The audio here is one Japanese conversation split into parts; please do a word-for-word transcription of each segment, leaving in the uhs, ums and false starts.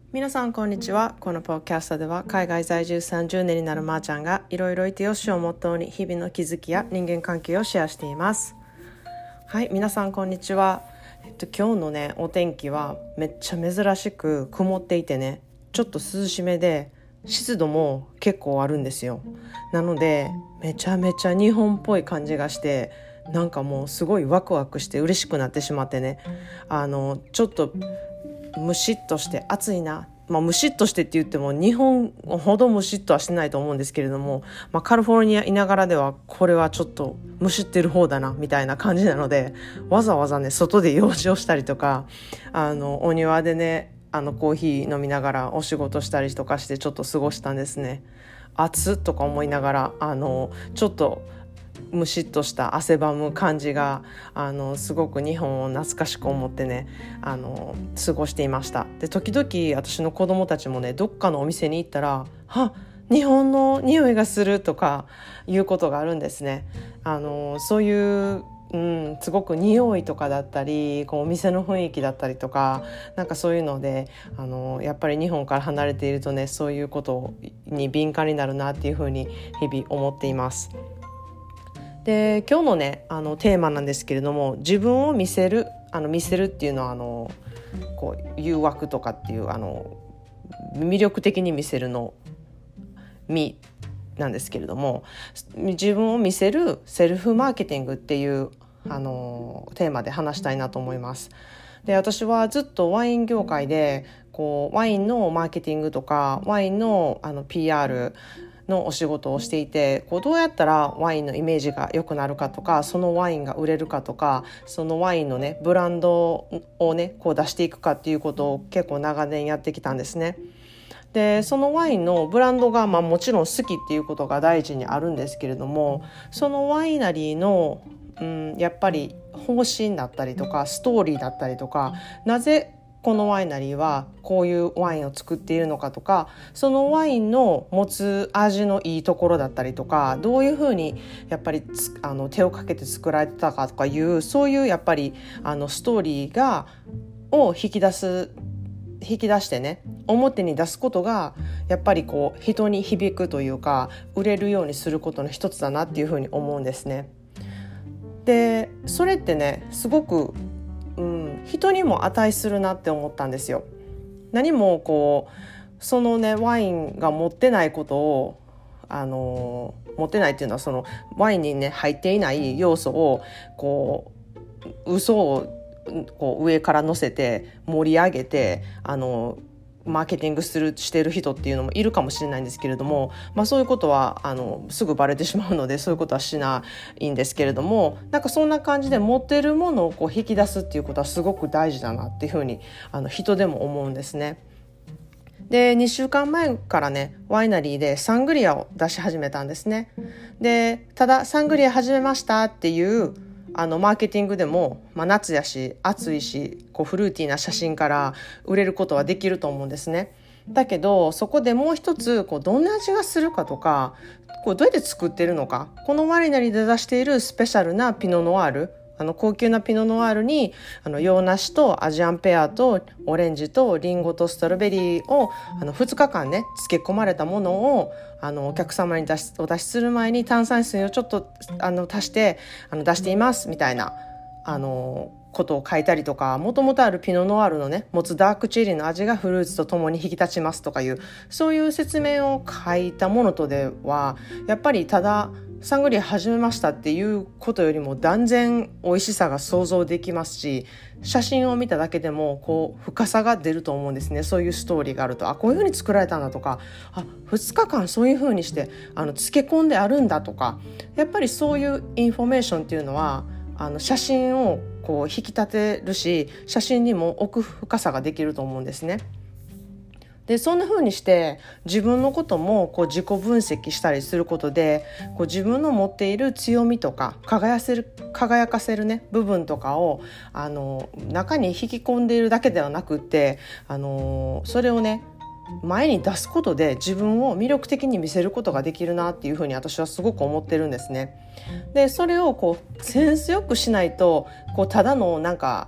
皆さんこんにちは。このポッドキャストでは海外在住さんじゅうねんになるまーちゃんがいろいろいてよしをモットーに日々の気づきや人間関係をシェアしています。はい、皆さんこんにちは。えっと、今日のねお天気はめっちゃ珍しく曇っていてね、ちょっと涼しめで湿度も結構あるんですよ。なのでめちゃめちゃ日本っぽい感じがして、なんかもうすごいワクワクして嬉しくなってしまってね、あのちょっとムシッとして暑いな、まあ、ムシッとしてって言っても日本ほどムシッとはしてないと思うんですけれども、まあ、カリフォルニアいながらではこれはちょっとムシってる方だなみたいな感じなので、わざわざね外で用事をしたりとか、あのお庭でねあのコーヒー飲みながらお仕事したりとかしてちょっと過ごしたんですね。暑っとか思いながら、あのちょっとムシッとした汗ばむ感じがあのすごく日本を懐かしく思ってね、あの過ごしていました。で時々私の子供たちもねどっかのお店に行ったら、は日本の匂いがするとかいうことがあるんですね。あのそういううん、すごく匂いとかだったりこうお店の雰囲気だったりとか、なんかそういうのであのやっぱり日本から離れているとね、そういうことに敏感になるなっていうふうに日々思っています。で今日のねあのテーマなんですけれども、自分を見せるあの見せるっていうのはあのこう誘惑とかっていうあの魅力的に見せるの見なんですけれども、自分を見せるセルフマーケティングっていうあのテーマで話したいなと思います。で私はずっとワイン業界でこうワインのマーケティングとかワインの、あの ピーアールのお仕事をしていて、こうどうやったらワインのイメージが良くなるかとか、そのワインが売れるかとか、そのワインのねブランドをねこう出していくかっていうことを結構長年やってきたんですね。でそのワインのブランドが、まあ、もちろん好きっていうことが第一にあるんですけれども、そのワイナリーの、うん、やっぱり方針だったりとかストーリーだったりとか、なぜこのワイナリーはこういうワインを作っているのかとか、そのワインの持つ味のいいところだったりとか、どういうふうにやっぱりあの手をかけて作られてたかとかいう、そういうやっぱりあのストーリーがを引き出す引き出してね表に出すことがやっぱりこう人に響くというか売れるようにすることの一つだなっていうふうに思うんですね。でそれってねすごく、うん、人にも値するなって思ったんですよ。何もこうそのねワインが持ってないことをあの持ってないっていうのは、そのワインにね入っていない要素をこう嘘をこう上から乗せて盛り上げてあのマーケティングするしてる人っていうのもいるかもしれないんですけれども、まあ、そういうことはあのすぐバレてしまうのでそういうことはしないんですけれども、なんかそんな感じで持ってるものをこう引き出すっていうことはすごく大事だなっていうふうにあの人でも思うんですね。でにしゅうかんまえからねワイナリーでサングリアを出し始めたんですね。でただサングリア始めましたっていうあのマーケティングでも、まあ、夏やし暑いしこうフルーティーな写真から売れることはできると思うんですね。だけどそこでもう一つこうどんな味がするかとか、こうどうやって作ってるのか、このワイナリーで出しているスペシャルなピノノワール、あの高級なピノノワールにあの洋梨とアジアンペアとオレンジとリンゴとストロベリーをあのふつかかんね漬け込まれたものをあのお客様に出しお出しする前に炭酸水をちょっとあの足してあの出していますみたいなあのことを書いたりとか、もともとあるピノノワールのね持つダークチェリーの味がフルーツとともに引き立ちますとかいう、そういう説明を書いたものとではやっぱりただサングリア始めましたっていうことよりも断然美味しさが想像できますし、写真を見ただけでもこう深さが出ると思うんですね。そういうストーリーがあると、あこういう風に作られたんだとか、あふつかかんそういう風にしてあの漬け込んであるんだとか、やっぱりそういうインフォメーションっていうのはあの写真をこう引き立てるし、写真にも奥深さができると思うんですね。でそんな風にして自分のこともこう自己分析したりすることで、こう自分の持っている強みとか輝せる輝かせるね部分とかをあの中に引き込んでいるだけではなくって、あのそれをね前に出すことで自分を魅力的に見せることができるなっていうふうに私はすごく思ってるんですね。でそれをこうセンスよくしないとこうただのなんか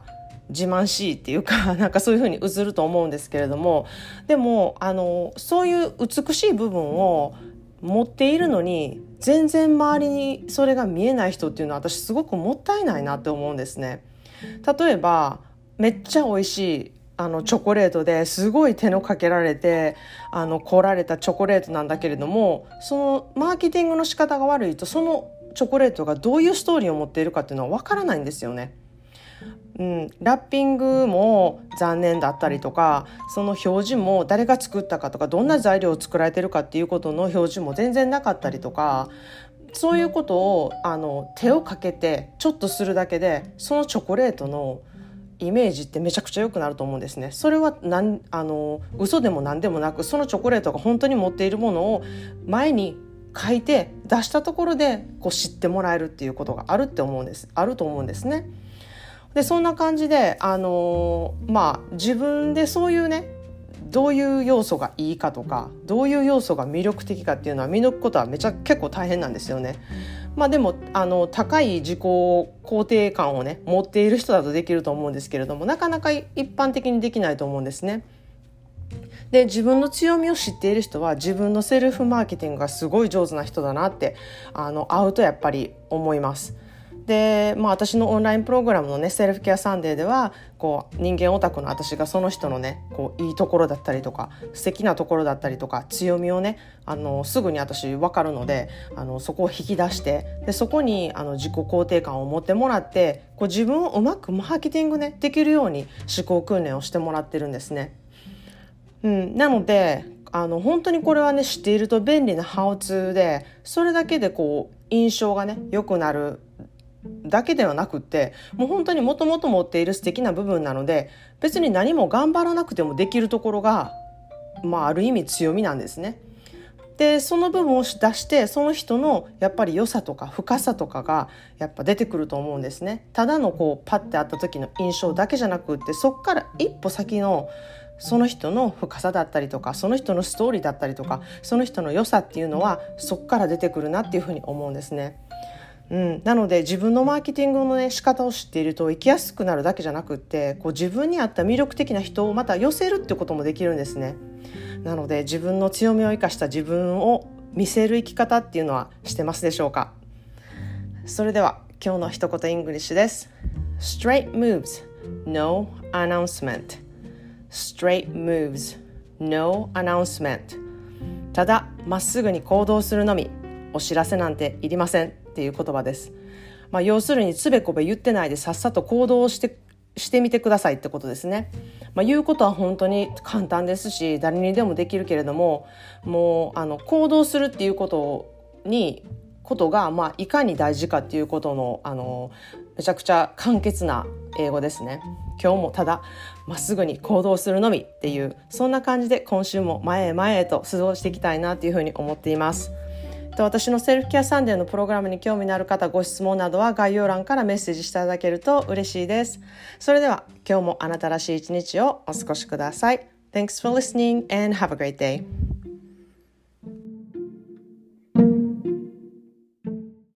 自慢しいっていうかなんかそういう風に映ると思うんですけれども、でもあのそういう美しい部分を持っているのに全然周りにそれが見えない人っていうのは私すごくもったいないなって思うんですね。例えばめっちゃ美味しいあのチョコレートですごい手のかけられてあの凝られたチョコレートなんだけれども、そのマーケティングの仕方が悪いとそのチョコレートがどういうストーリーを持っているかっていうのは分からないんですよね。うん、ラッピングも残念だったりとか、その表示も誰が作ったかとかどんな材料を作られてるかっていうことの表示も全然なかったりとか、そういうことをあの手をかけてちょっとするだけでそのチョコレートのイメージってめちゃくちゃ良くなると思うんですね。それはなんあの嘘でも何でもなく、そのチョコレートが本当に持っているものを前に書いて出したところでこう知ってもらえるっていうことがあるって思うんですあると思うんですね。でそんな感じで、あのー、まあ自分でそういうねどういう要素がいいかとかどういう要素が魅力的かっていうのは見抜くことはめちゃ結構大変なんですよね。まあでもあの高い自己肯定感をね持っている人だとできると思うんですけれども、なかなか一般的にできないと思うんですね。で自分の強みを知っている人は自分のセルフマーケティングがすごい上手な人だなってあの会うとやっぱり思います。で、まあ、私のオンラインプログラムのねセルフケアサンデーではこう人間オタクの私がその人のねこういいところだったりとか素敵なところだったりとか強みをねあのすぐに私分かるので、あのそこを引き出してでそこにあの自己肯定感を持ってもらってこう自分をうまくマーケティング、ね、できるように思考訓練をしてもらってるんですね。うん、なのであの本当にこれはね知っていると便利なハウツーで、それだけでこう印象がね良くなるだけではなくって、もう本当にもともと持っている素敵な部分なので別に何も頑張らなくてもできるところが、まあ、ある意味強みなんですね。でその部分を出してその人のやっぱり良さとか深さとかがやっぱ出てくると思うんですね。ただのこうパッて会った時の印象だけじゃなくって、そっから一歩先のその人の深さだったりとかその人のストーリーだったりとかその人の良さっていうのはそっから出てくるなっていうふうに思うんですね。うん、なので自分のマーケティングの、ね、仕方を知っていると生きやすくなるだけじゃなくってこう自分に合った魅力的な人をまた寄せるってこともできるんですね。なので自分の強みを生かした自分を見せる生き方っていうのはしてますでしょうか。それでは今日の一言イングリッシュです。 Straight moves, no announcement. Straight moves, no announcement. ただまっすぐに行動するのみ、お知らせなんていりませんっていう言葉です。まあ、要するにつべこべ言ってないでさっさと行動してしてみてくださいってことですね。まあ、言うことは本当に簡単ですし誰にでもできるけれども、もうあの行動するっていうことにことが、まあ、いかに大事かっていうことの、あのめちゃくちゃ簡潔な英語ですね。今日もただまっすぐに行動するのみっていう、そんな感じで今週も前へ前へと過ごしていきたいなというふうに思っています。私のセルフケアサンデーのプログラムに興味のある方、ご質問などは概要欄からメッセージしていただけると嬉しいです。それでは今日もあなたらしい一日をお過ごしください。Thanks for listening and have a great day.